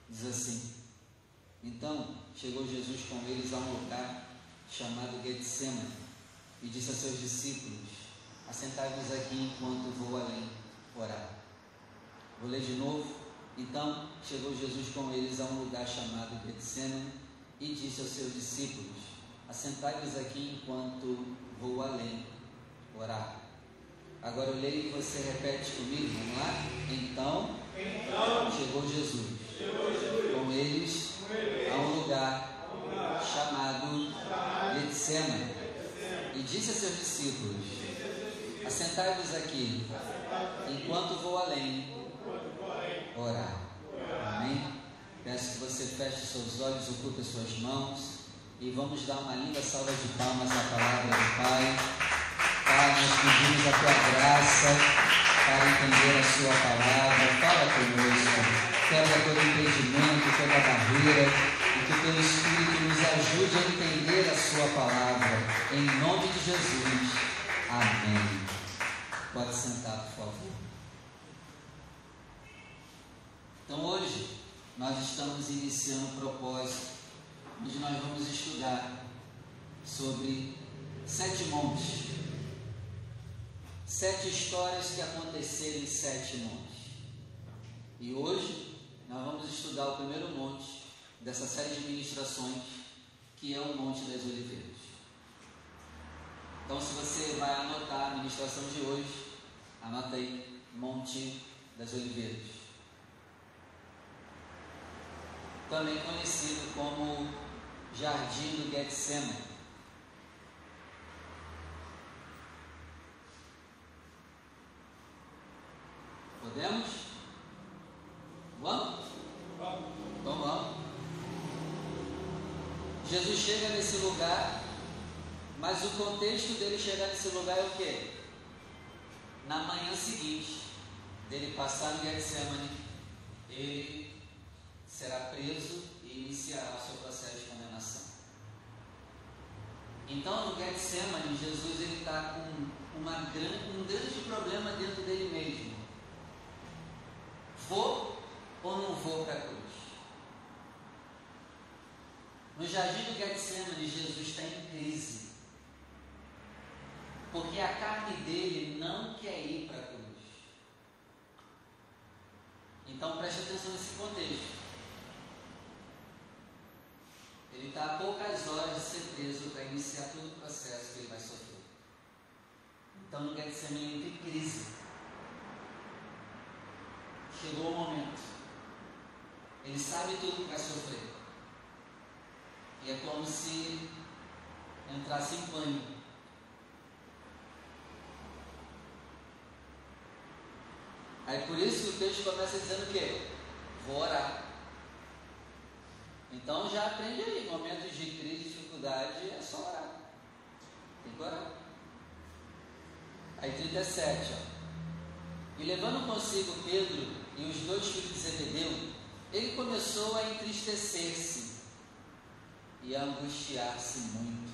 Diz assim: então chegou Jesus com eles a um lugar chamado Getsemane e disse a seus discípulos: assentai-vos aqui enquanto vou além orar. Vou ler de novo. Então chegou Jesus com eles a um lugar chamado Getsemane e disse aos seus discípulos: assentai-vos aqui enquanto vou além orar. Agora eu leio e você repete comigo, vamos lá? Então chegou Jesus com eles a um lugar chamado Getsemane e disse a seus discípulos: assentai-vos aqui enquanto vou além orar. Amém? Peço que você feche seus olhos, oculte suas mãos e vamos dar uma linda salva de palmas à palavra do Pai. Pai, nós pedimos a Tua graça para entender a Sua palavra. Fala conosco, quebra todo impedimento, toda barreira, e que pelo Espírito nos ajude a entender a Sua palavra. Em nome de Jesus. Amém. Pode sentar, por favor. Então hoje nós estamos iniciando um propósito, onde nós vamos estudar sobre 7 montes. 7 histórias que aconteceram em 7 montes. E hoje nós vamos estudar o primeiro monte dessa série de ministrações, que é o Monte das Oliveiras. Então, se você vai anotar a ministração de hoje, anota aí, Monte das Oliveiras. Também conhecido como Jardim do Getsemane. Podemos? Vamos? Então vamos. Jesus chega nesse lugar, mas o contexto dele chegar nesse lugar é o quê? Na manhã seguinte, dele passar no Getsemane, ele será preso e iniciará o seu processo de condenação. Então, no Getsemane, Jesus está com um grande problema dentro dele mesmo. Vou ou não vou para a cruz? No jardim do Getsemane, Jesus está em crise, porque a carne dele não quer ir para a cruz. Então preste atenção nesse contexto. Ele está a poucas horas de ser preso para iniciar todo o processo que ele vai sofrer. Então no Getsemane ele entra em crise. Chegou o momento. Ele sabe tudo que vai sofrer. E é como se entrasse em pânico. Aí por isso que o texto começa dizendo o quê? Vou orar. Então já aprende aí, momentos de crise, dificuldade, é só orar. Tem que orar. Aí 37, ó. E levando consigo Pedro e os 2 filhos de Zebedeu, ele começou a entristecer-se e a angustiar-se muito.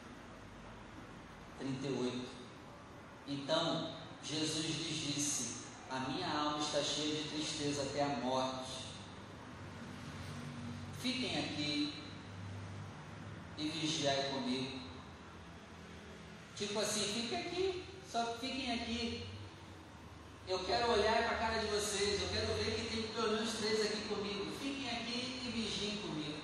38. Então Jesus lhes disse: a minha alma está cheia de tristeza até a morte. Fiquem aqui e vigiai comigo. Tipo assim, fiquem aqui, só fiquem aqui. Eu quero olhar para a cara de vocês, eu quero ver que tem pelo menos 3 aqui comigo. Fiquem aqui e vigiem comigo.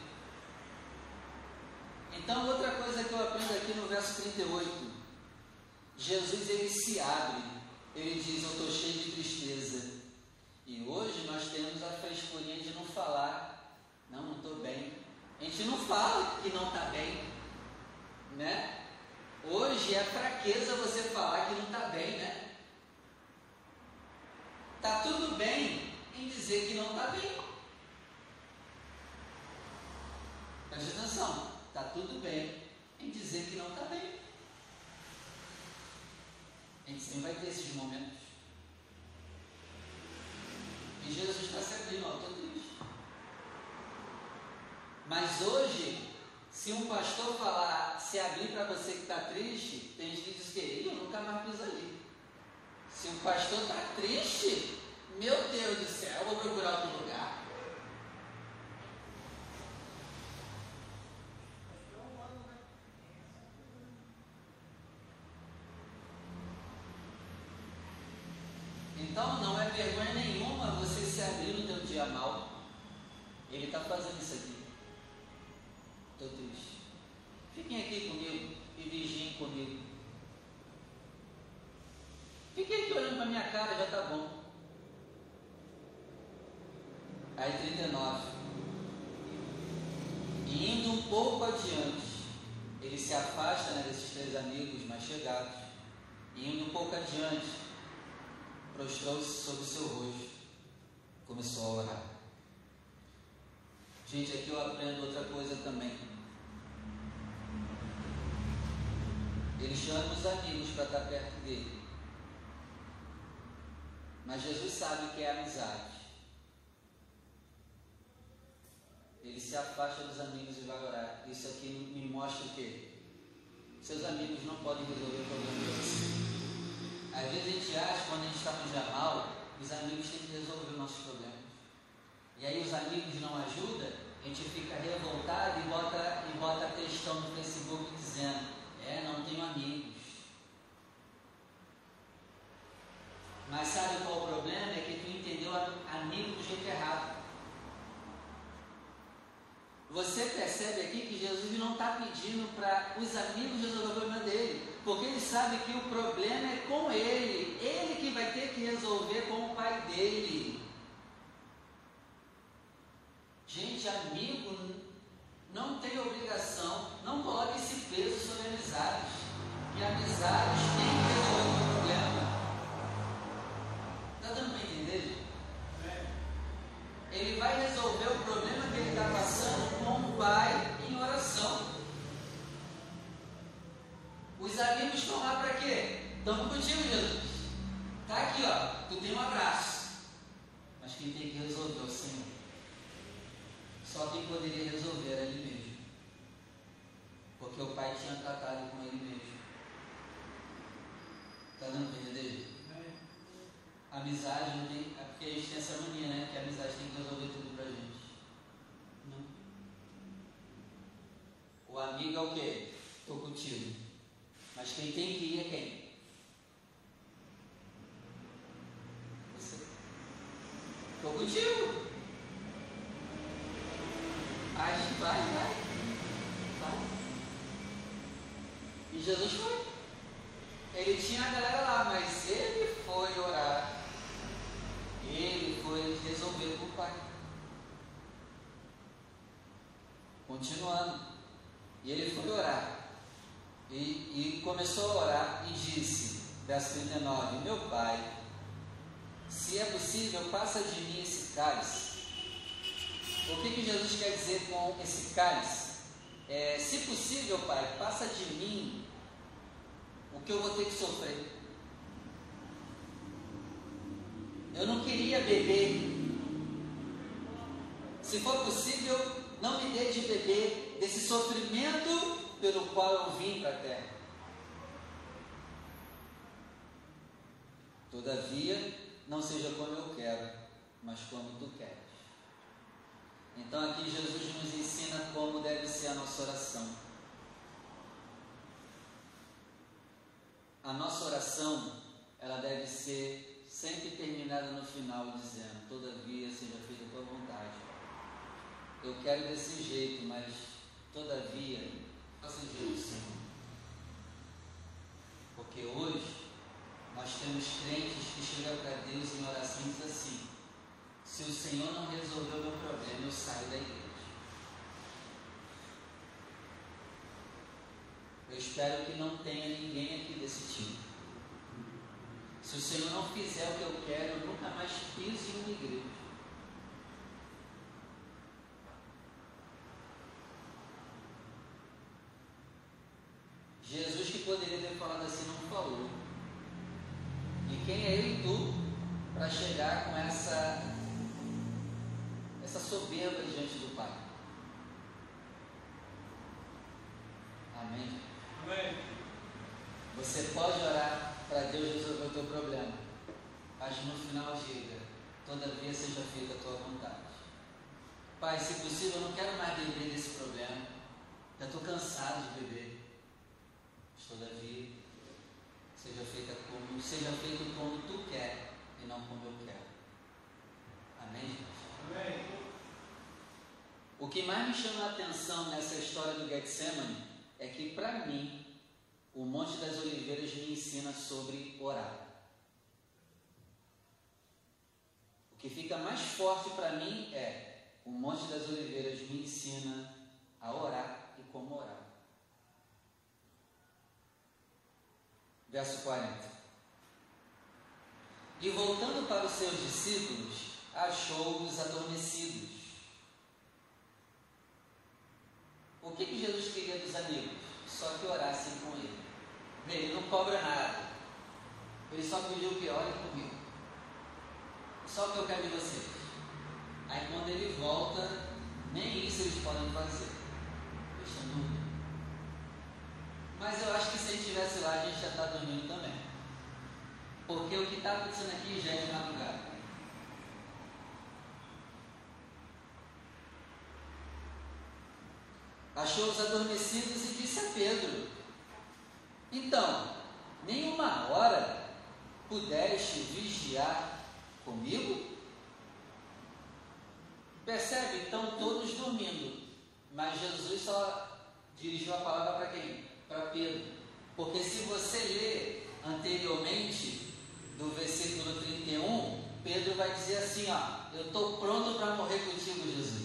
Então, outra coisa que eu aprendo aqui no verso 38, Jesus ele se abre, ele diz: eu estou cheio de tristeza. E hoje nós temos a frescurinha de não falar, não estou bem. A gente não fala que não está bem, né? Hoje é fraqueza você falar que não está bem, né? Está tudo bem em dizer que não está bem. Preste atenção, está tudo bem em dizer que não está bem. A gente sempre vai ter esses momentos. E Jesus está se abrindo, ó, estou triste. Mas hoje, se um pastor falar, se abrir para você que está triste, tem gente que diz que eu nunca mais piso ali. Se o pastor está triste, meu Deus do céu, eu vou procurar outro lugar. Então não é vergonha nenhuma você se abrir no teu dia mal. Ele está fazendo isso aqui. Estou triste. Fiquem aqui comigo e vigiem comigo. Fiquem aqui olhando para minha cara, já está bom. Aí 39. E indo um pouco adiante, ele se afasta, né, desses 3 amigos mais chegados. E indo um pouco adiante, prostrou-se sobre o seu rosto, começou a orar. Gente, aqui eu aprendo outra coisa também. Ele chama os amigos para estar perto dele. Mas Jesus sabe o que é amizade. Ele se afasta dos amigos e vai orar. Isso aqui me mostra o quê? Seus amigos não podem resolver o problema de você. Às vezes a gente acha, quando a gente está no dia mal, os amigos têm que resolver os nossos problemas. E aí os amigos não ajudam, a gente fica revoltado e bota a questão no Facebook dizendo: não tenho amigos. Mas sabe qual o problema? É que tu entendeu amigo do jeito errado. Você percebe aqui que Jesus não está pedindo para os amigos resolver o problema dele, porque ele sabe que o problema é com ele que vai ter que resolver com o pai dele. Gente, amigo não tem obrigação, não coloque esse peso sobre amizades, que amizades têm que resolver o problema. Está dando para entender? Ele vai resolver o problema que ele está passando com o pai em oração. Os amigos estão lá para quê? Estamos contigo, Jesus. Está aqui, ó. Tu tem um abraço. Mas quem tem que resolver é o Senhor. Só quem poderia resolver era ele mesmo. Porque o pai tinha tratado com ele mesmo. Está dando para entender? Amizade não tem. É porque a gente tem essa mania, né? Que a amizade tem que resolver tudo pra gente. Não. O amigo é o quê? Estou contigo. Mas quem tem que ir é quem? Você. Estou contigo. Vai. E Jesus foi. Ele tinha a galera lá, mas ele foi orar. Ele foi resolver com o pai. Continuando. E ele foi orar. E começou a orar e disse, verso 39, meu pai, se é possível, passa de mim esse cálice. O que Jesus quer dizer com esse cálice? Se possível, pai, passa de mim o que eu vou ter que sofrer. Eu não queria beber. Se for possível, não me dê de beber desse sofrimento pelo qual eu vim para a terra. Todavia, não seja como eu quero, mas como tu queres. Então aqui Jesus nos ensina como deve ser a nossa oração. A nossa oração, ela deve ser sempre terminada no final dizendo, todavia seja feita a tua vontade. Eu quero desse jeito, mas todavia, faça de jeito Senhor. Porque hoje nós temos crentes que chegam para Deus em oração e dizem assim, se o Senhor não resolver o meu problema, eu saio da igreja. Eu espero que não tenha ninguém aqui desse tipo. Se o Senhor não fizer o que eu quero, eu nunca mais piso em uma igreja. Jesus, que poderia ter falado assim, não falou. E quem é eu e tu para chegar com essa soberba diante do Pai? Amém? Amém. Você pode orar para Deus resolver o teu problema, mas no final diga, todavia seja feita a tua vontade. Pai, se possível, eu não quero mais beber desse problema, já estou cansado de beber, mas todavia seja feito como tu quer e não como eu quero. Amém, gente? Amém. O que mais me chama a atenção nessa história do Getsemane é que, para mim, o Monte das Oliveiras me ensina sobre orar. O que fica mais forte para mim é o Monte das Oliveiras me ensina a orar e como orar. Verso 40. E voltando para os seus discípulos, achou-os adormecidos. O que Jesus queria dos amigos? Só que orassem com ele. Ele não cobra nada. Ele só pediu que orem comigo. Só o que eu quero de vocês. Aí quando ele volta, nem isso eles podem fazer. Deixa dúvida. Mas eu acho que se ele estivesse lá, a gente já está dormindo também. Porque o que está acontecendo aqui já é de madrugada. Achou-os adormecidos e disse a Pedro: então, nem uma hora pudeste vigiar comigo? Percebe? Estão todos dormindo. Mas Jesus só dirigiu a palavra para quem? Para Pedro. Porque se você ler anteriormente, do versículo 31, Pedro vai dizer assim, ó: eu estou pronto para morrer contigo, Jesus.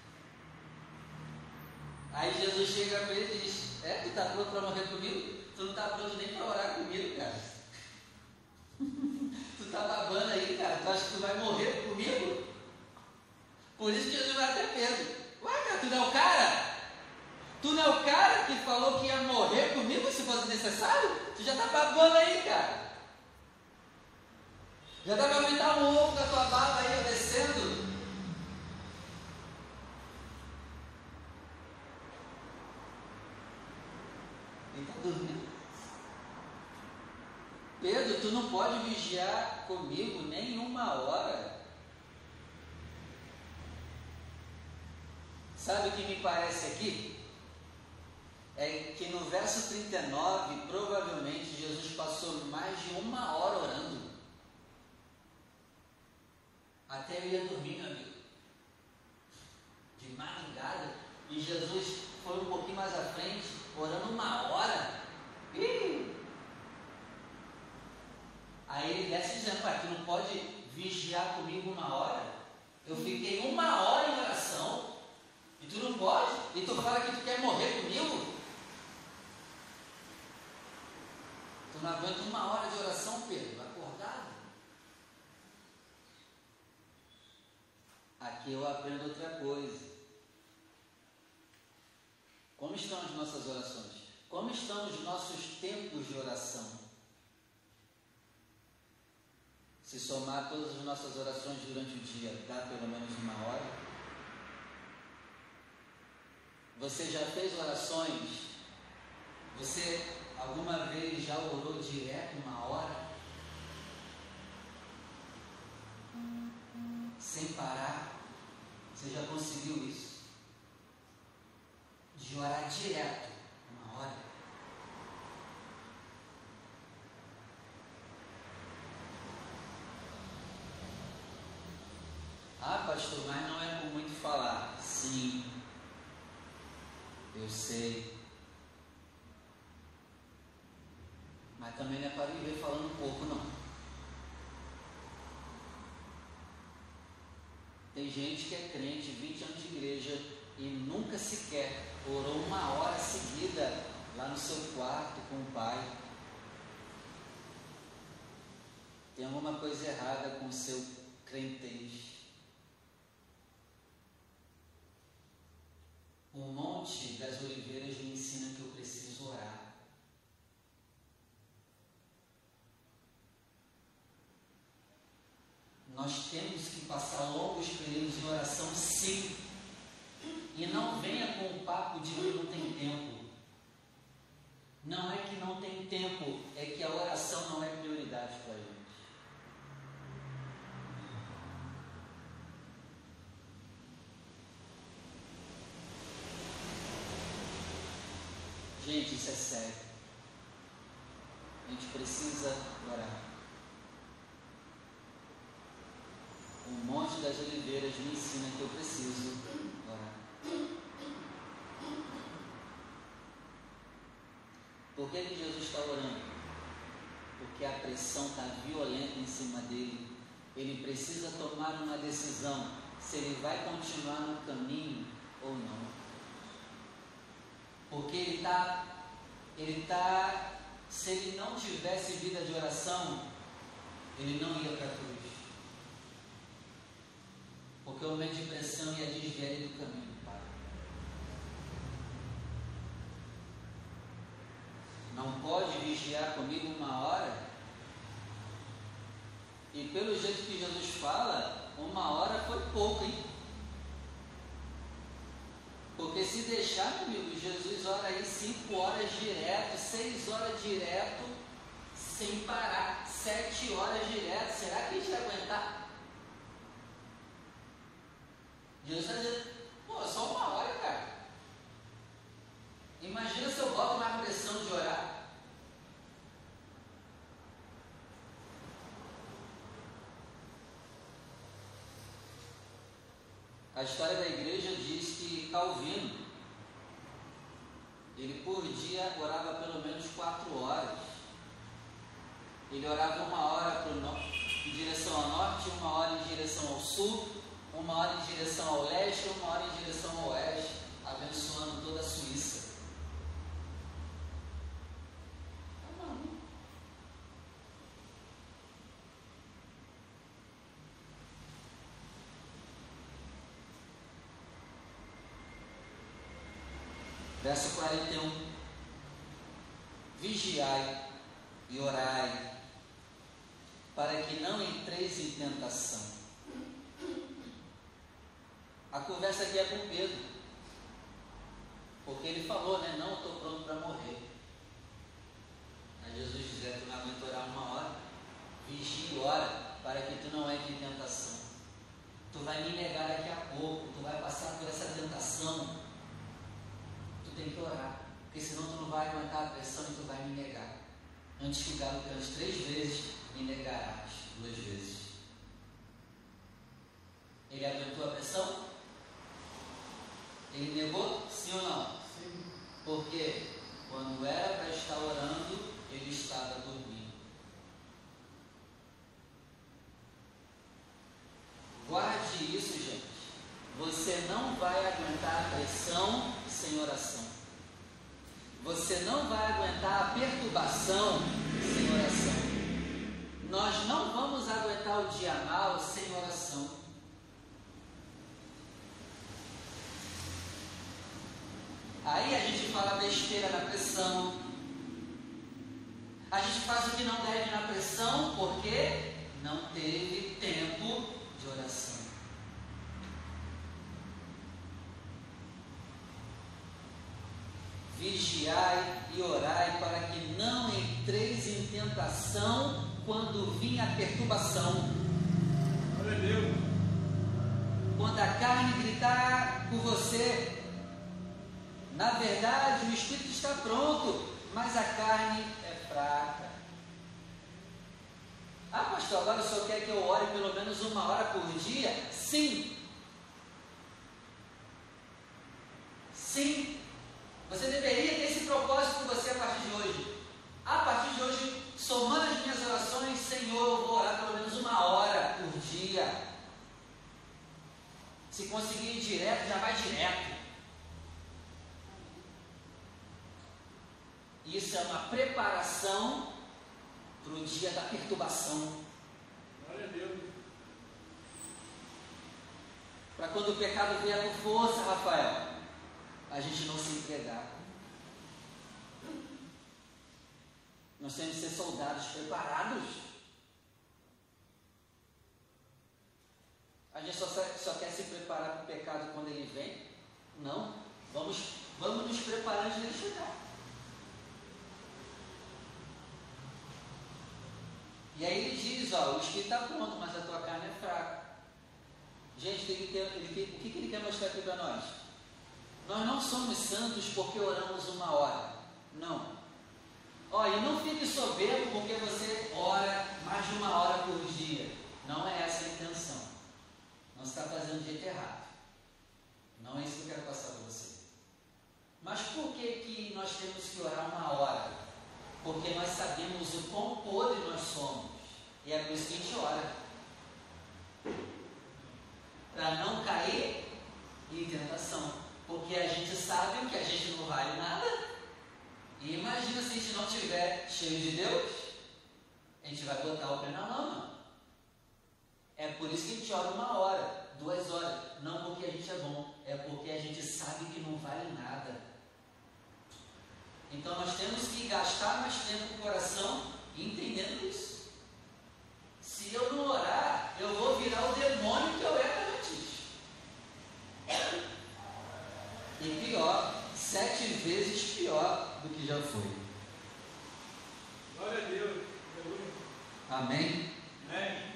Aí Jesus chega para ele e diz: tu está pronto para morrer comigo? Tu não está pronto nem para orar comigo, cara. Tu está babando aí, cara. Tu acha que tu vai morrer comigo? Por isso que Jesus vai até Pedro. Ué, cara, tu não é o cara? Tu não é o cara que falou que ia morrer comigo se fosse necessário? Tu já está babando aí, cara. Já dá para aumentar um ovo da tua barba aí, descendo. Ele está dormindo. Pedro, tu não pode vigiar comigo nem uma hora. Sabe o que me parece aqui? É que no verso 39, provavelmente Jesus passou mais de uma hora orando. Até eu ia dormir, meu amigo. De madrugada. E Jesus foi um pouquinho mais à frente, orando uma hora. Aí ele desce dizendo: pai, tu não pode vigiar comigo uma hora? Eu fiquei uma hora em oração. E tu não pode? E tu fala que tu quer morrer comigo? Tu não aguenta uma hora de oração, Pedro, acordado? Aqui eu aprendo outra coisa. Como estão as nossas orações? Como estão os nossos tempos de oração? Se somar todas as nossas orações durante o dia, dá pelo menos uma hora? Você já fez orações? Você alguma vez já orou direto uma hora? Sem parar? Você já conseguiu isso? De orar direto uma hora? Ah, pastor, mas não é por muito falar. Sim, eu sei. Mas também não é para viver falando pouco, não. Tem gente que é crente, 20 anos de igreja e nunca sequer orou uma hora seguida lá no seu quarto com o pai. Tem alguma coisa errada com o seu crentez. O Monte das Oliveiras me ensina que eu preciso orar. Nós temos que passar longos períodos de oração, sim. E não venha com o papo de que não tem tempo. Não é que não tem tempo, é que a oração não é prioridade para a gente. Gente, isso é sério. A gente precisa orar. o Monte das Oliveiras me ensina que eu preciso orar. Por que Jesus está orando? Porque a pressão está violenta em cima dele. Ele precisa tomar uma decisão, se ele vai continuar no caminho ou não. Porque se ele não tivesse vida de oração, ele não ia para a cruz. Porque o momento de pressão ia desviar ele do caminho, Pai. Não pode vigiar comigo 1 hora? E pelo jeito que Jesus fala, 1 hora foi pouco, hein? Porque se deixar, meu amigo, Jesus ora aí 5 horas direto, 6 horas direto, sem parar, 7 horas direto. Será que a gente vai aguentar? Jesus está dizendo, pô, só 1 hora, cara. Imagina se eu boto na pressão de orar. A história da igreja diz que Calvino, ele por dia orava pelo menos 4 horas. Ele orava 1 hora em direção ao norte, 1 hora em direção ao sul, 1 hora em direção ao leste, 1 hora em direção ao oeste, abençoando toda a Suíça. Verso 41. Vigiai e orai, para que não entreis em tentação. A conversa aqui é com Pedro, porque ele falou, né? Não, estou pronto para morrer. Aí Jesus diz, tu não aguenta orar 1 hora? Vigia e ora, para que tu não entre em tentação. Tu vai me negar daqui a pouco, tu vai passar por essa tentação. Tem que orar, porque senão tu não vai aguentar a pressão e tu vai me negar. Antes que o galo cante 3 vezes, me negarás 2 vezes. Ele aguentou a pressão? Ele negou? Sim ou não? Sim. Porque quando era para estar orando, ele estava dormindo. Guarde isso, gente. Você não vai aguentar a pressão sem oração. Você não vai aguentar a perturbação sem oração. Nós não vamos aguentar o dia mal sem oração. Aí a gente fala besteira na pressão. A gente faz o que não deve na pressão porque não teve tempo de oração. Vigiai e orai para que não entreis em tentação quando vir a perturbação. Glória a Deus. Quando a carne gritar por você, na verdade o espírito está pronto, mas a carne é fraca. Ah, pastor, agora o senhor quer que eu ore pelo menos 1 hora por dia? Sim. Sim. Você deveria ter esse propósito com você a partir de hoje. A partir de hoje, somando as minhas orações, Senhor, eu vou orar pelo menos 1 hora por dia. Se conseguir ir direto, já vai direto. Isso é uma preparação para o dia da perturbação. Glória a Deus. Para quando o pecado vier com força, Rafael, a gente não se entregar. Nós temos que ser soldados preparados. A gente só quer se preparar para o pecado quando ele vem? Não. Vamos nos preparar antes de ele chegar. E aí ele diz, o espírito está pronto, mas a tua carne é fraca. Gente, o que ele quer mostrar aqui para nós? Nós não somos santos porque oramos 1 hora. Não. E não fique soberbo porque você ora mais de 1 hora por dia. Não é essa a intenção. Não está fazendo do jeito errado. Não é isso que eu quero passar para você. Mas por que nós temos que orar 1 hora? Porque nós sabemos o quão podre nós somos. E é por isso que a gente ora. Para não cair em tentação. Porque a gente sabe que a gente não vale nada. E imagina se a gente não estiver cheio de Deus, a gente vai botar o pé na lama. É por isso que a gente ora 1 hora, 2 horas. Não porque a gente é bom, é porque a gente sabe que não vale nada. Então nós temos que gastar mais tempo com oração entendendo isso. Se eu não orar, eu vou virar o demônio que eu era antes. E pior, 7 vezes pior do que já foi. Glória a Deus. Amém? Amém.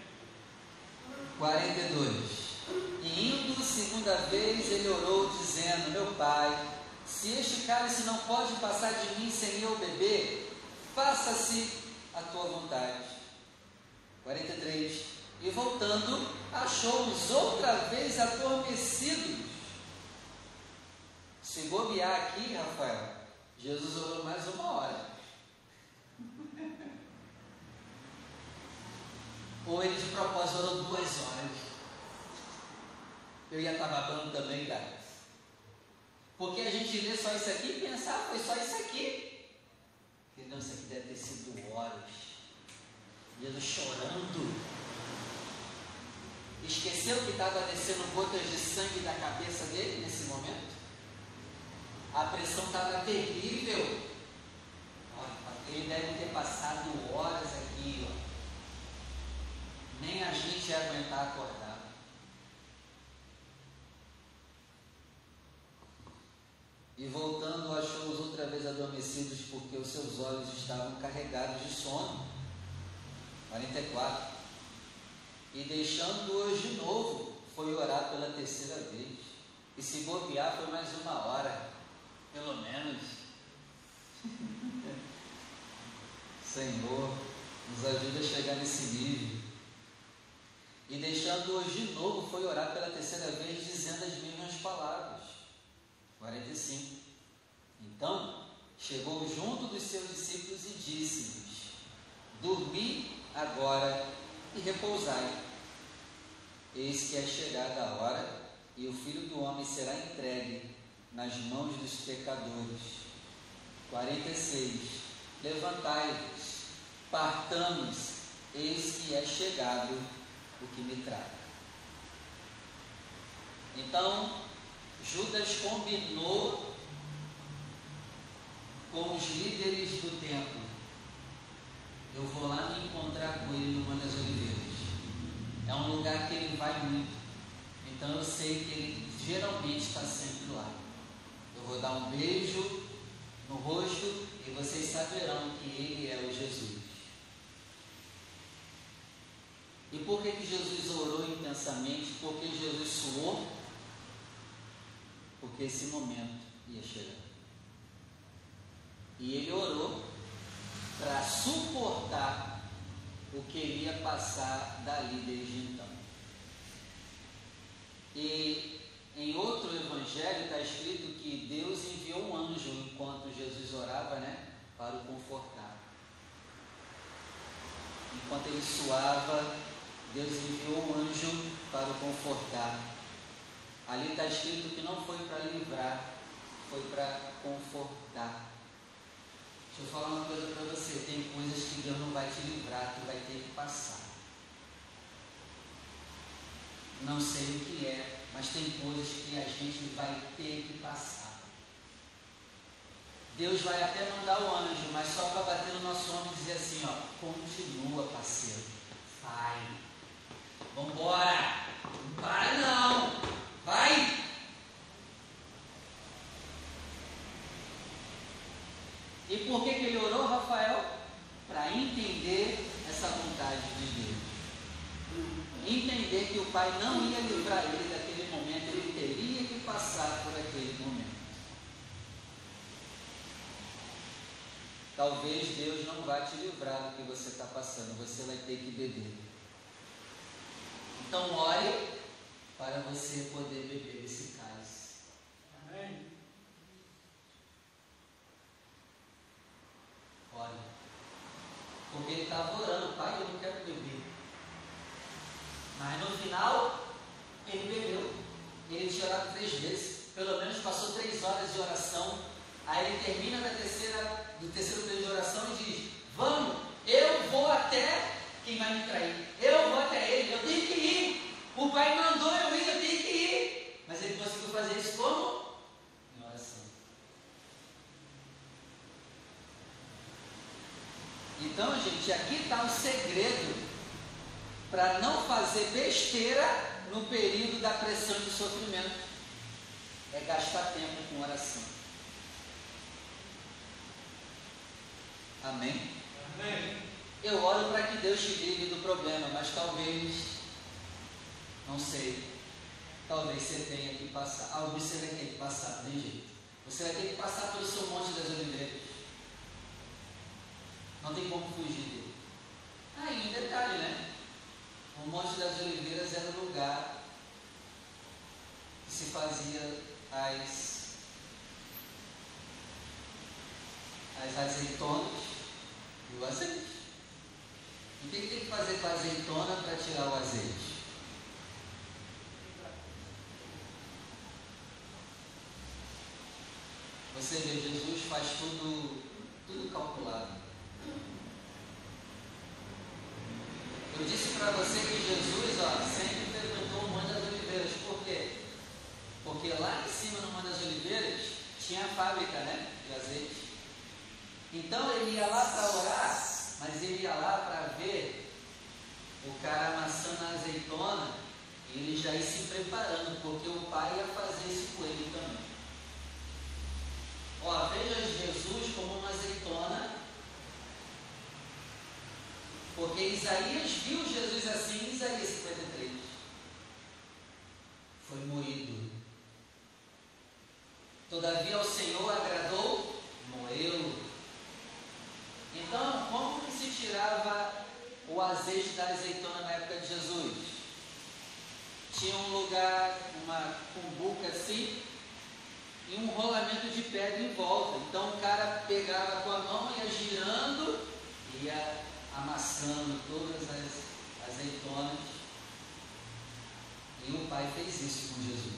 42. E indo segunda vez, ele orou dizendo: meu pai, se este cálice não pode passar de mim sem eu beber, faça-se a tua vontade. 43. E voltando, achou-os outra vez adormecidos. Se bobear aqui, Rafael, Jesus orou mais 1 hora. Ou ele de propósito orou 2 horas. Eu ia estar babando também, cara. Porque a gente lê só isso aqui e pensa, foi só isso aqui. Não, isso aqui deve ter sido horas. Jesus chorando. Esqueceu que estava descendo gotas de sangue da cabeça dele nesse momento? A pressão estava terrível. Ele deve ter passado horas aqui, ó. Nem a gente ia aguentar acordar. E voltando, achou-os outra vez adormecidos, porque os seus olhos estavam carregados de sono. 44. E deixando-os de novo, foi orar pela 3ª vez. E se bobear, foi mais 1 hora, pelo menos. Senhor, nos ajuda a chegar nesse nível. E deixando-os de novo, foi orar pela 3ª vez, dizendo as mesmas palavras. 45. Então, chegou junto dos seus discípulos e disse-lhes: dormi agora e repousai. Eis que é chegada a hora, e o Filho do Homem será entregue nas mãos dos pecadores. 46. Levantai-vos, partamos, eis que é chegado o que me traga. Então, Judas combinou com os líderes do templo: eu vou lá me encontrar com ele no Monte das Oliveiras. É um lugar que ele vai muito, então eu sei que ele geralmente está sempre lá. Eu vou dar um beijo no rosto e vocês saberão que ele é o Jesus. E por que Jesus orou intensamente? Porque Jesus suou? Porque esse momento ia chegar. E ele orou para suportar o que iria passar dali desde então. E em outro evangelho está escrito que Deus enviou um anjo enquanto Jesus orava, para o confortar. Enquanto ele suava, Deus enviou um anjo para o confortar. Ali está escrito que não foi para livrar, foi para confortar. Deixa eu falar uma coisa para você: tem coisas que Deus não vai te livrar, tu vai ter que passar. Não sei o que é, mas tem coisas que a gente vai ter que passar. Deus vai até mandar o anjo, mas só para bater no nosso ombro e dizer assim, continua, parceiro, vai, vambora, não para não, vai. E por que ele orou, Rafael? Para entender essa vontade de Deus. Entender que o Pai não ia livrar ele daquele momento, ele teria que passar por aquele momento. Talvez Deus não vá te livrar do que você está passando, você vai ter que beber. Então ore para você poder beber desse cálice. Amém. Olha, porque ele estava orando, Pai, eu não quero beber. Mas no final, ele bebeu. Ele tinha orado 3 vezes, pelo menos passou 3 horas de oração. Aí ele termina do terceiro período de oração e diz: vamos, eu vou até quem vai me trair, eu vou até ele, eu tenho que ir. O Pai mandou eu ir, eu tenho que ir. Mas ele conseguiu fazer isso como? Em oração. Então, gente, aqui está o segredo para não fazer besteira no período da pressão e do sofrimento. É gastar tempo com oração. Amém? Amém. Eu oro para que Deus te livre do problema, mas talvez, não sei, talvez você tenha que passar. Alguns você vai ter que passar, não tem jeito. Você vai ter que passar pelo seu Monte das Oliveiras. Não tem como fugir dele. E um detalhe, né? O Monte das Oliveiras era o lugar que se fazia as azeitonas e o azeite. O que tem que fazer com a azeitona para tirar o azeite? Você vê, Jesus faz tudo calculado. Eu disse para você que Jesus sempre frequentou o Monte das Oliveiras. Por quê? Porque lá em cima no Monte das Oliveiras tinha a fábrica, né, de azeite. Então ele ia lá para orar, mas ele ia lá para ver o cara amassando a azeitona e ele já ia se preparando, porque o Pai ia fazer isso com ele também. Veja Jesus como uma azeitona, porque Isaías viu Jesus assim em Isaías 53. Foi moído. Todavia ao Senhor agradou, moeu. Então, como que se tirava o azeite da azeitona na época de Jesus? Tinha um lugar, uma cumbuca assim, e um rolamento de pedra em volta. Então o cara pegava com a mão, ia girando, ia amassando todas as azeitonas. E o Pai fez isso com Jesus.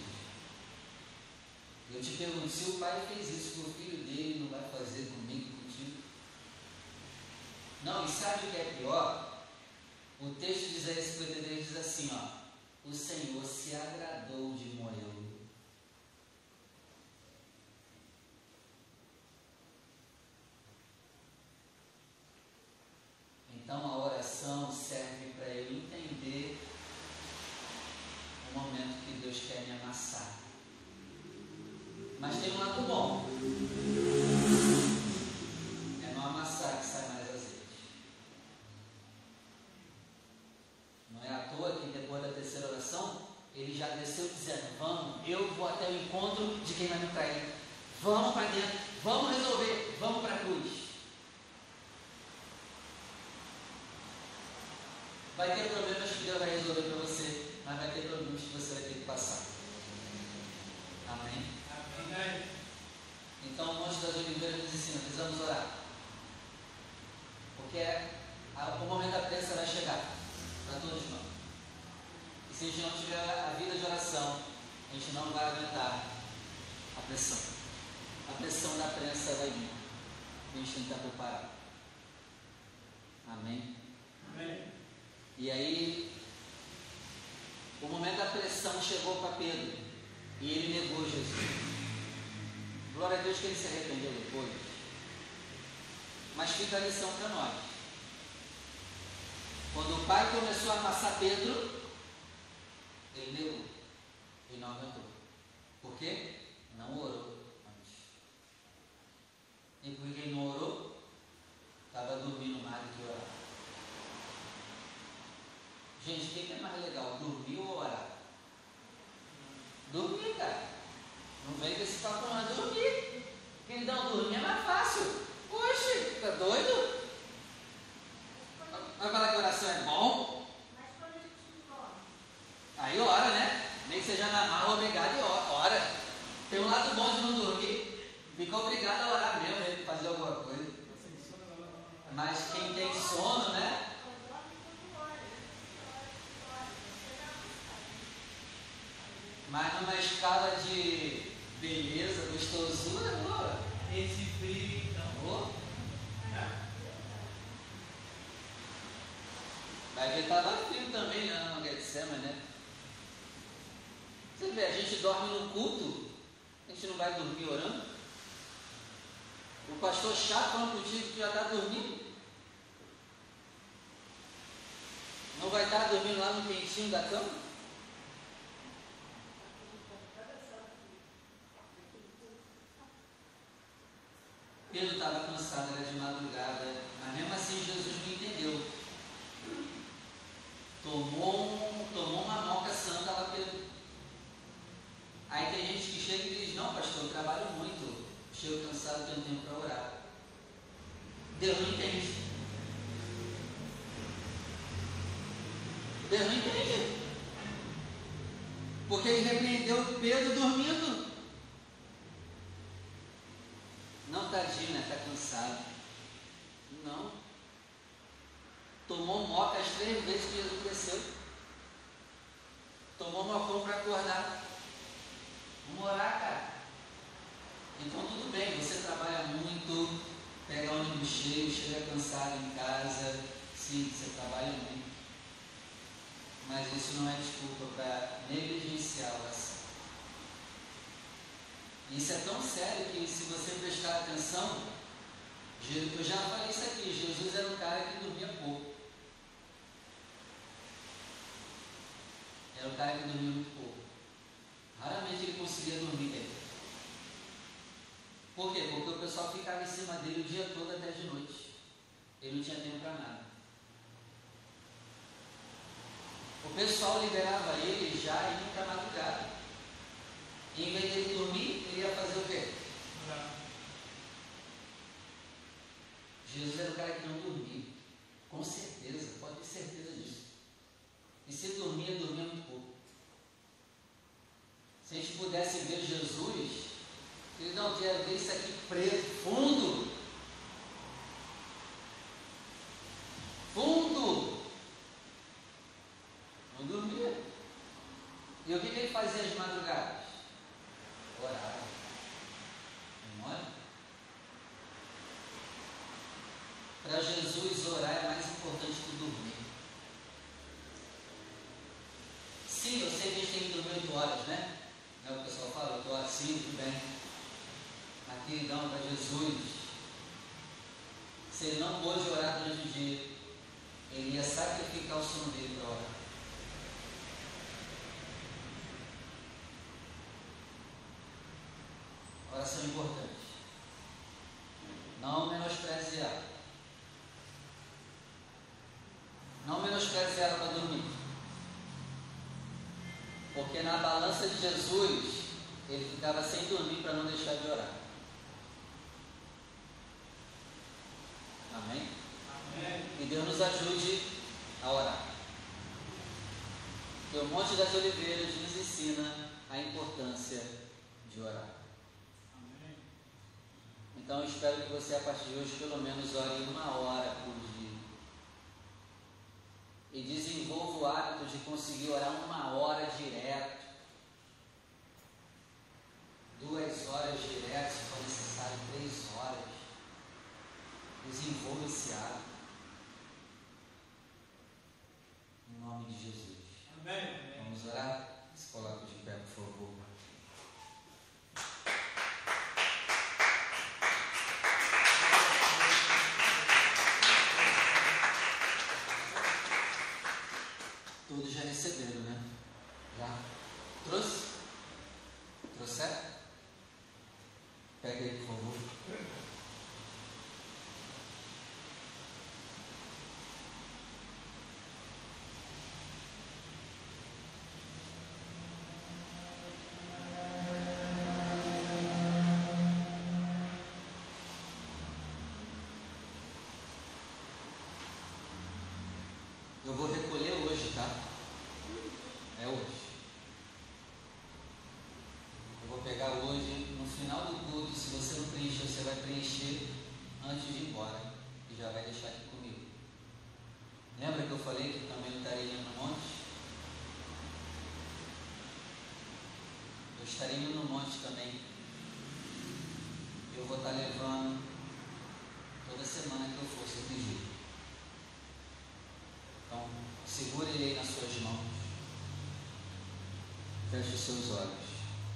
Eu te pergunto, se o Pai fez isso com o filho dele, não vai fazer comigo e contigo? Não, e sabe o que é pior? O texto de Isaías 53 diz assim, o Senhor se agradou de moê-lo. Então a oração serve para eu entender o momento que Deus quer me amassar. Mas tem um lado bom. É no amassar que sai mais azeite. Não é à toa que depois da terceira oração, ele já desceu dizendo, vamos, eu vou até o encontro de quem vai me trair. Vamos para dentro, vamos resolver, vamos para a cruz. Vai ter problemas que Deus vai resolver para você, mas vai ter problemas que você vai ter que passar. Amém? Amém. Então o Monte das Oliveiras nos ensina, precisamos orar. Porque o momento da pressa vai chegar para todos nós. E se a gente não tiver a vida de oração, a gente não vai aguentar a pressão. A pressão da pressa vai vir. A gente tem que estar preparado. Amém? Amém. E aí, o momento da pressão chegou para Pedro e ele negou Jesus. Glória a Deus que ele se arrependeu depois. Mas fica a lição para nós. Quando o Pai começou a amassar Pedro, ele negou. Ele não aguentou. Por quê? Não orou antes. E por que ele não orou? Estava dormindo mais do que orar. Gente, o que é mais legal? Dormir ou orar? Dormir, cara. Não vem desse papo não, dormir. Então dormir é mais fácil. Oxe, tá doido? Vai falar que oração é bom? Aí ora, né? fica obrigado a orar mesmo, ele fazer alguma coisa. Mas quem tem sono, né? Mas numa escala de beleza, gostosura, boa. Esse frio, então. Boa. Vai ver, estava frio também, né? No Getsemane, né? Você vê, a gente dorme no culto, a gente não vai dormir orando. O pastor chato falando contigo que já está dormindo. Não vai estar dormindo lá no quentinho da cama? Pedro estava cansado, era de madrugada, mas mesmo assim Jesus não entendeu. Tomou uma moca santa lá, Pedro. Aí tem gente que chega e diz: não, pastor, eu trabalho muito, chego cansado, tenho tempo para orar. Deus não entende. Deus não entende. Porque ele repreendeu Pedro dormindo. Não, tadinho, né? Está cansado. Não. Tomou moca as 3 vezes que Jesus desceu. Tomou mocão para acordar. Vamos orar, cara. Então tudo bem, você trabalha muito, pega o ônibus cheio, chega cansado em casa. Sim, você trabalha muito. Mas isso não é desculpa para negligenciar a oração. Isso é tão sério que, se você prestar atenção, eu já falei isso aqui, Jesus era um cara que dormia pouco. Era um cara que dormia muito pouco. Raramente ele conseguia dormir bem. Por quê? Porque o pessoal ficava em cima dele o dia todo até de noite. Ele não tinha tempo para nada. O pessoal liberava ele já indo para a madrugada. E em vez de ele dormir, ele ia fazer o quê? Jesus era o cara que não dormia. Com certeza, pode ter certeza disso. E se dormia, dormia muito pouco. Se a gente pudesse ver Jesus, ele não quer ver isso aqui preso, fundo. Fundo. Não dormia. E o que ele fazia às madrugadas? Orava. Não é? Para Jesus, orar é mais importante que dormir. Sim, eu sei que a gente tem que dormir 8 horas, né? Não é o que o pessoal fala, 8 horas, sim, tudo bem. Mas, queridão, para Jesus, se ele não pôde orar durante o dia, ele ia sacrificar o sono dele para orar. Oração importante. Não menospreze ela. Não menospreze ela para dormir. Porque na balança de Jesus, ele ficava sem dormir para não deixar de orar. Amém? Amém. E Deus nos ajude a orar. Porque o Monte das Oliveiras nos ensina a importância de orar. Então eu espero que você, a partir de hoje, pelo menos ore 1 hora por dia. E desenvolva o hábito de conseguir orar 1 hora direto. 2 horas direto, se for necessário, 3 horas. Desenvolva esse hábito. Em nome de Jesus. Amém. Vamos orar? Se coloque de pé, por favor. Todos já receberam, né? Já? Trouxe? Trouxeram? Pega aí, por favor. Eu vou recolher hoje, tá? É hoje. Eu vou pegar hoje no final do culto, se você não preencher, você vai preencher antes de ir embora e já vai deixar aqui comigo. Lembra que eu falei que também não estaria indo no monte? Eu estarei indo no monte também. Eu vou estar levando toda semana que eu for, se eu pedir. Então, segure ele aí nas suas mãos. Feche os seus olhos.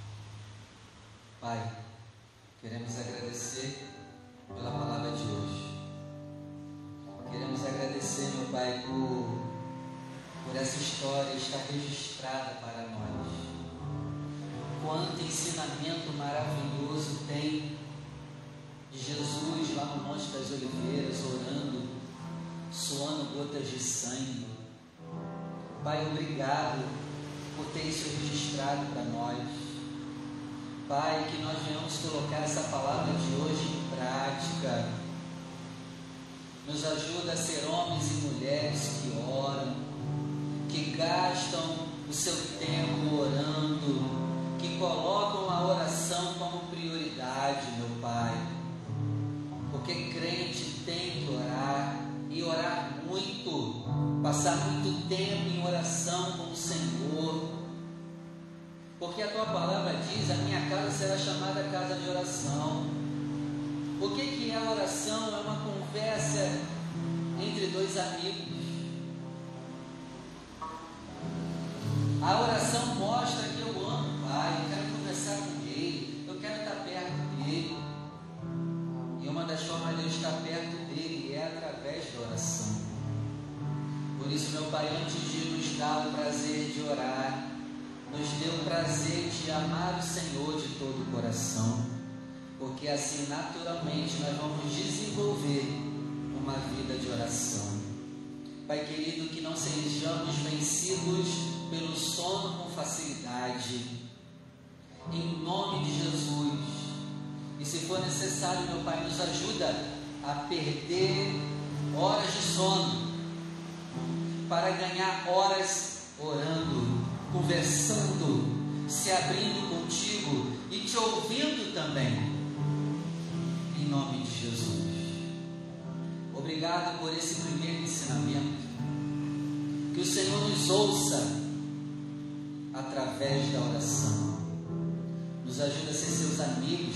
Pai, queremos agradecer pela palavra de hoje. Queremos agradecer, meu Pai, por essa história estar registrada para nós. Quanto ensinamento maravilhoso tem de Jesus lá no Monte das Oliveiras, orando, suando gotas de sangue. Pai, obrigado por ter isso registrado para nós. Pai, que nós venhamos colocar essa palavra de hoje em prática. Nos ajuda a ser homens e mulheres que oram, que gastam o seu tempo orando, que colocam a oração como prioridade, meu Pai. Porque crente tem que orar, e orar muito, passar muito tempo em oração com o Senhor. Porque a tua palavra diz: a minha casa será chamada casa de oração. O que é a oração? É uma conversa entre dois amigos. A oração mostra que eu amo o Pai, eu quero conversar com Ele, eu quero estar perto dEle. E uma das formas de eu estar perto dEle é através da oração. Por isso, meu Pai, antes de nos dar o prazer de orar, nos deu o prazer de amar o Senhor de todo o coração, porque assim naturalmente nós vamos desenvolver uma vida de oração. Pai querido, que não sejamos vencidos pelo sono com facilidade, em nome de Jesus. E se for necessário, meu Pai, nos ajuda a perder horas de sono para ganhar horas orando, conversando, se abrindo contigo e te ouvindo também, em nome de Jesus. Obrigado por esse primeiro ensinamento. Que o Senhor nos ouça através da oração. Nos ajuda a ser seus amigos,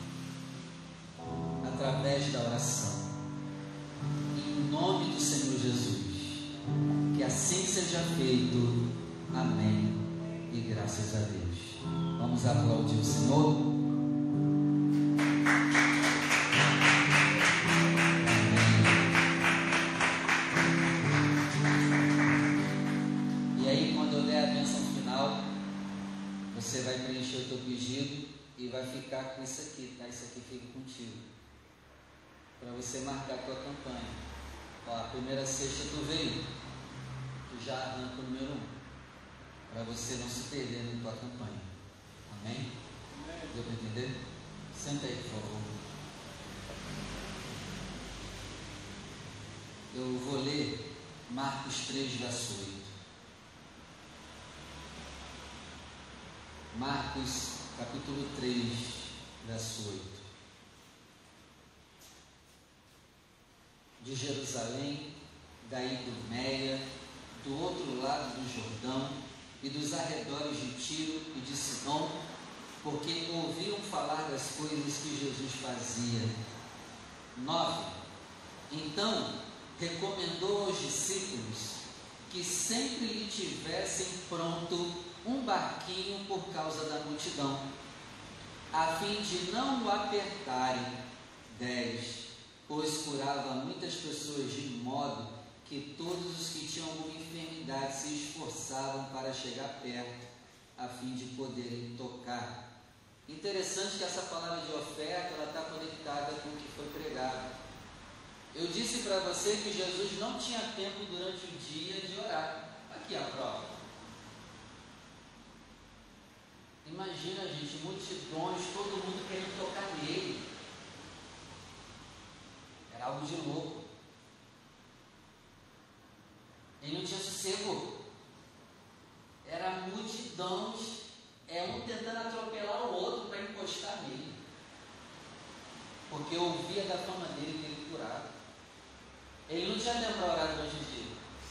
Pai, através da oração, em nome do Senhor Jesus. Que assim seja feito. Amém. E graças a Deus. Vamos aplaudir o Senhor. Amém. E aí, quando eu der a bênção final, você vai preencher o teu pedido e vai ficar com isso aqui, tá? Isso aqui fica contigo, para você marcar a tua campanha. Ó, a primeira sexta tu veio, tu já arranca o número 1, para você não se perder na tua campanha. Amém? Deu para entender? Senta aí, por favor. Eu vou ler Marcos 3, verso 8. Marcos, capítulo 3, verso 8. De Jerusalém, da Idumeia, do outro lado do Jordão, e dos arredores de Tiro e de Sidom, porque ouviram falar das coisas que Jesus fazia. 9. Então recomendou aos discípulos que sempre lhe tivessem pronto um barquinho por causa da multidão, a fim de não o apertarem. 10. Pois curava muitas pessoas de modo que todos os que tinham alguma enfermidade se esforçavam para chegar perto, a fim de poderem tocar. Interessante que essa palavra de oferta, ela está conectada com o que foi pregado. Eu disse para você que Jesus não tinha tempo durante o dia de orar. Aqui a prova. Imagina, gente, multidões, todo mundo querendo tocar nele. Era algo de louco. Ele não tinha sossego. Era multidões, um tentando atropelar o outro para encostar nele. porque eu ouvia da fama dele que ele curava. Ele não tinha tempo para orar durante o dia.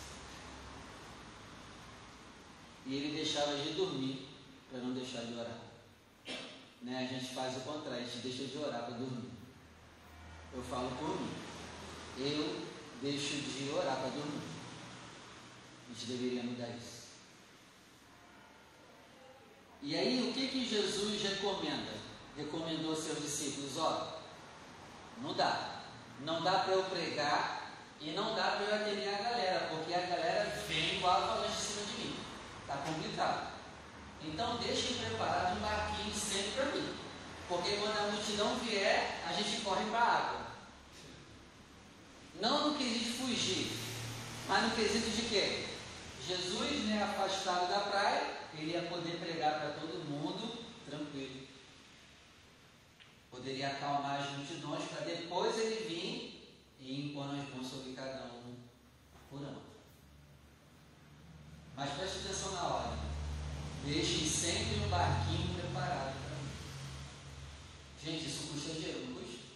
E ele deixava de dormir para não deixar de orar. Né? A gente faz o contrário, a gente deixa de orar para dormir. Eu falo por mim. Eu deixo de orar para dormir. A gente deveria mudar isso. E aí, o que Jesus recomendou aos seus discípulos? Ó, não dá para eu pregar e não dá para eu atender a galera, porque a galera vem igual a avalanche em cima de mim. Está complicado. Então deixem preparado um barquinho sempre para mim, porque quando a multidão vier, a gente corre para a água. Não no quesito de fugir, mas no quesito de quê? Jesus, afastado da praia, ele ia poder pregar para todo mundo tranquilo. Poderia acalmar as multidões para depois ele vir e impor as mãos sobre cada um por um. Mas preste atenção na ordem. Deixem sempre um barquinho preparado para mim. Gente, isso custa dinheiro, não custa?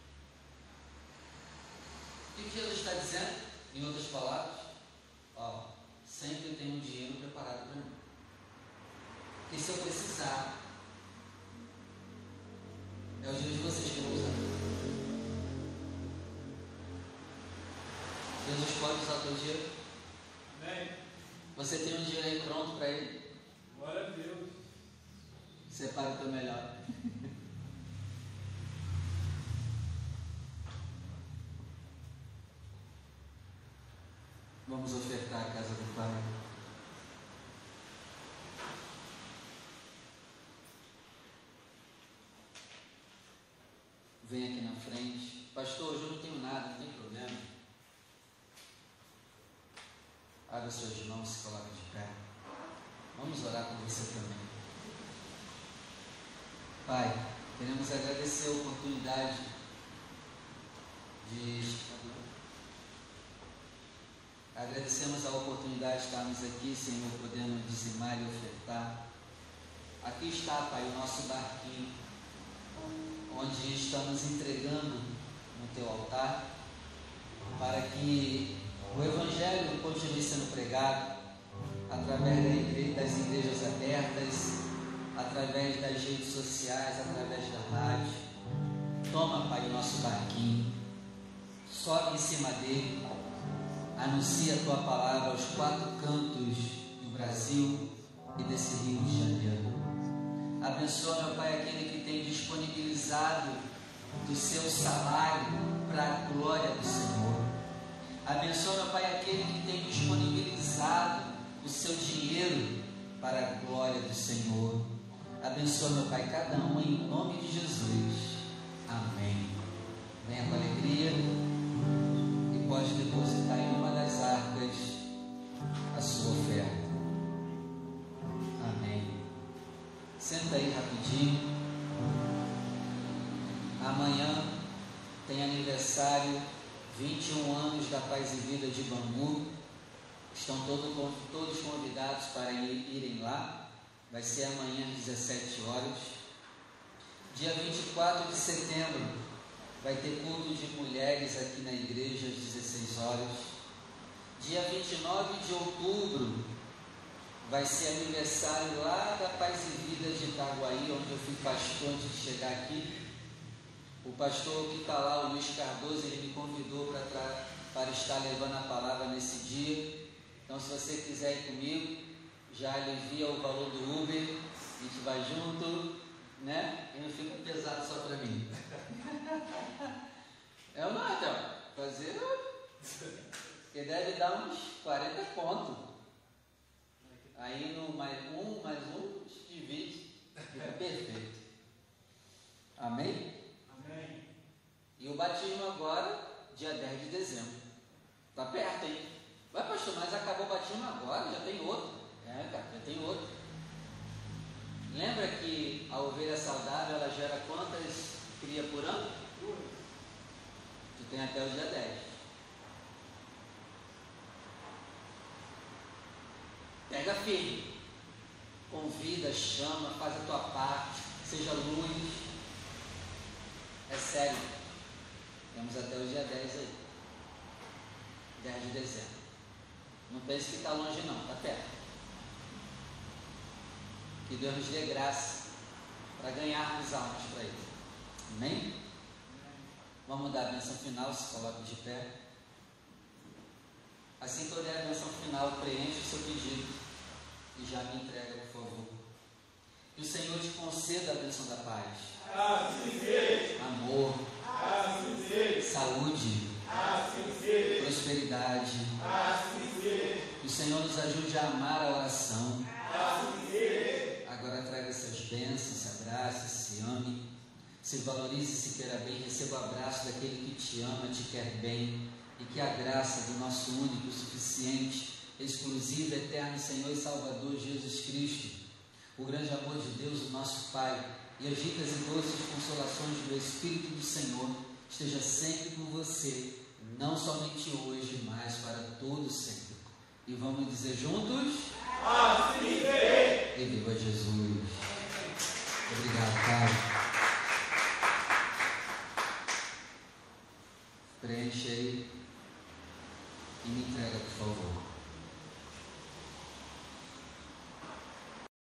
O que Jesus está dizendo? Em outras palavras, sempre tem um dinheiro preparado para mim. Porque se eu precisar, é o dinheiro de vocês que eu vou usar. Jesus pode usar o teu dinheiro? Amém. Você tem um dinheiro aí pronto para ele? Glória a Deus. Separa o teu melhor. Vamos ofertar a casa do Pai. Vem aqui na frente. Pastor, hoje eu não tenho nada, não tem problema. Abra suas mãos, se coloque de pé. Vamos orar por você também. Pai, queremos agradecer a oportunidade Agradecemos a oportunidade de estarmos aqui, Senhor, podendo dizimar e ofertar. Aqui está, Pai, o nosso barquinho, onde estamos entregando no Teu altar, para que o Evangelho continue sendo pregado através das igrejas abertas, através das redes sociais, através da rádio. Toma, Pai, o nosso barquinho, sobe em cima dele, anuncia a Tua palavra aos 4 cantos do Brasil e desse Rio de Janeiro. Abençoa, meu Pai, aquele que tem disponibilizado do seu salário para a glória do Senhor. Abençoa, meu Pai, aquele que tem disponibilizado o seu dinheiro para a glória do Senhor. Abençoa, meu Pai, cada um em nome de Jesus. Amém. Venha com alegria e pode depositar em uma das arcas a sua oferta. Amém. Senta aí rapidinho. Amanhã tem aniversário, 21 anos da Paz e Vida de Bangu. Estão todos convidados para irem lá. Vai ser amanhã às 17 horas. Dia 24 de setembro vai ter culto de mulheres aqui na igreja às 16 horas. Dia 29 de outubro vai ser aniversário lá da Paz e Vida de Itaguaí, onde eu fui pastor antes de chegar aqui. O pastor que está lá, o Luiz Cardoso, ele me convidou para estar levando a palavra nesse dia. Então, se você quiser ir comigo, já alivia o valor do Uber, a gente vai junto, né? E não fica pesado só para mim. É ou não, então? Fazer, porque deve dar uns 40 pontos. Aí no mais um, divide, fica perfeito. Amém? Amém. E o batismo agora, dia 10 de dezembro. Está perto, hein? Vai, pastor, mas acabou o batismo agora, já tem outro. É, cara, já tem outro. Lembra que a ovelha saudável, ela gera quantas cria por ano? 2. Tu tem até o dia 10. Pega firme. Convida, chama, faz a tua parte, seja luz. É sério. Temos até o dia 10 aí. 10 de dezembro. Não pense que está longe não, está perto. Que Deus nos dê graça para ganharmos almas para Ele. Amém? Vamos dar a bênção final, se coloque de pé. Assim que eu der a bênção final, preencha o seu pedido e já me entrega, por favor. Que o Senhor te conceda a bênção da paz. Assim seja. Amor. Assim seja. Saúde. Assim seja. Prosperidade. Assim seja. Que o Senhor nos ajude a amar a oração. Assim seja. Agora traga essas bênçãos, se abrace, se ame, se valorize, se queira bem. Receba o abraço daquele que te ama, te quer bem. E que a graça do nosso único, suficiente, exclusivo, eterno Senhor e Salvador Jesus Cristo, o grande amor de Deus, o nosso Pai, e as ricas e doces consolações do Espírito do Senhor esteja sempre com você, não somente hoje, mas para todo sempre. E vamos dizer juntos: Assim seja. e viva Jesus. Obrigado, Pai. Preenche aí e me entrega, por favor.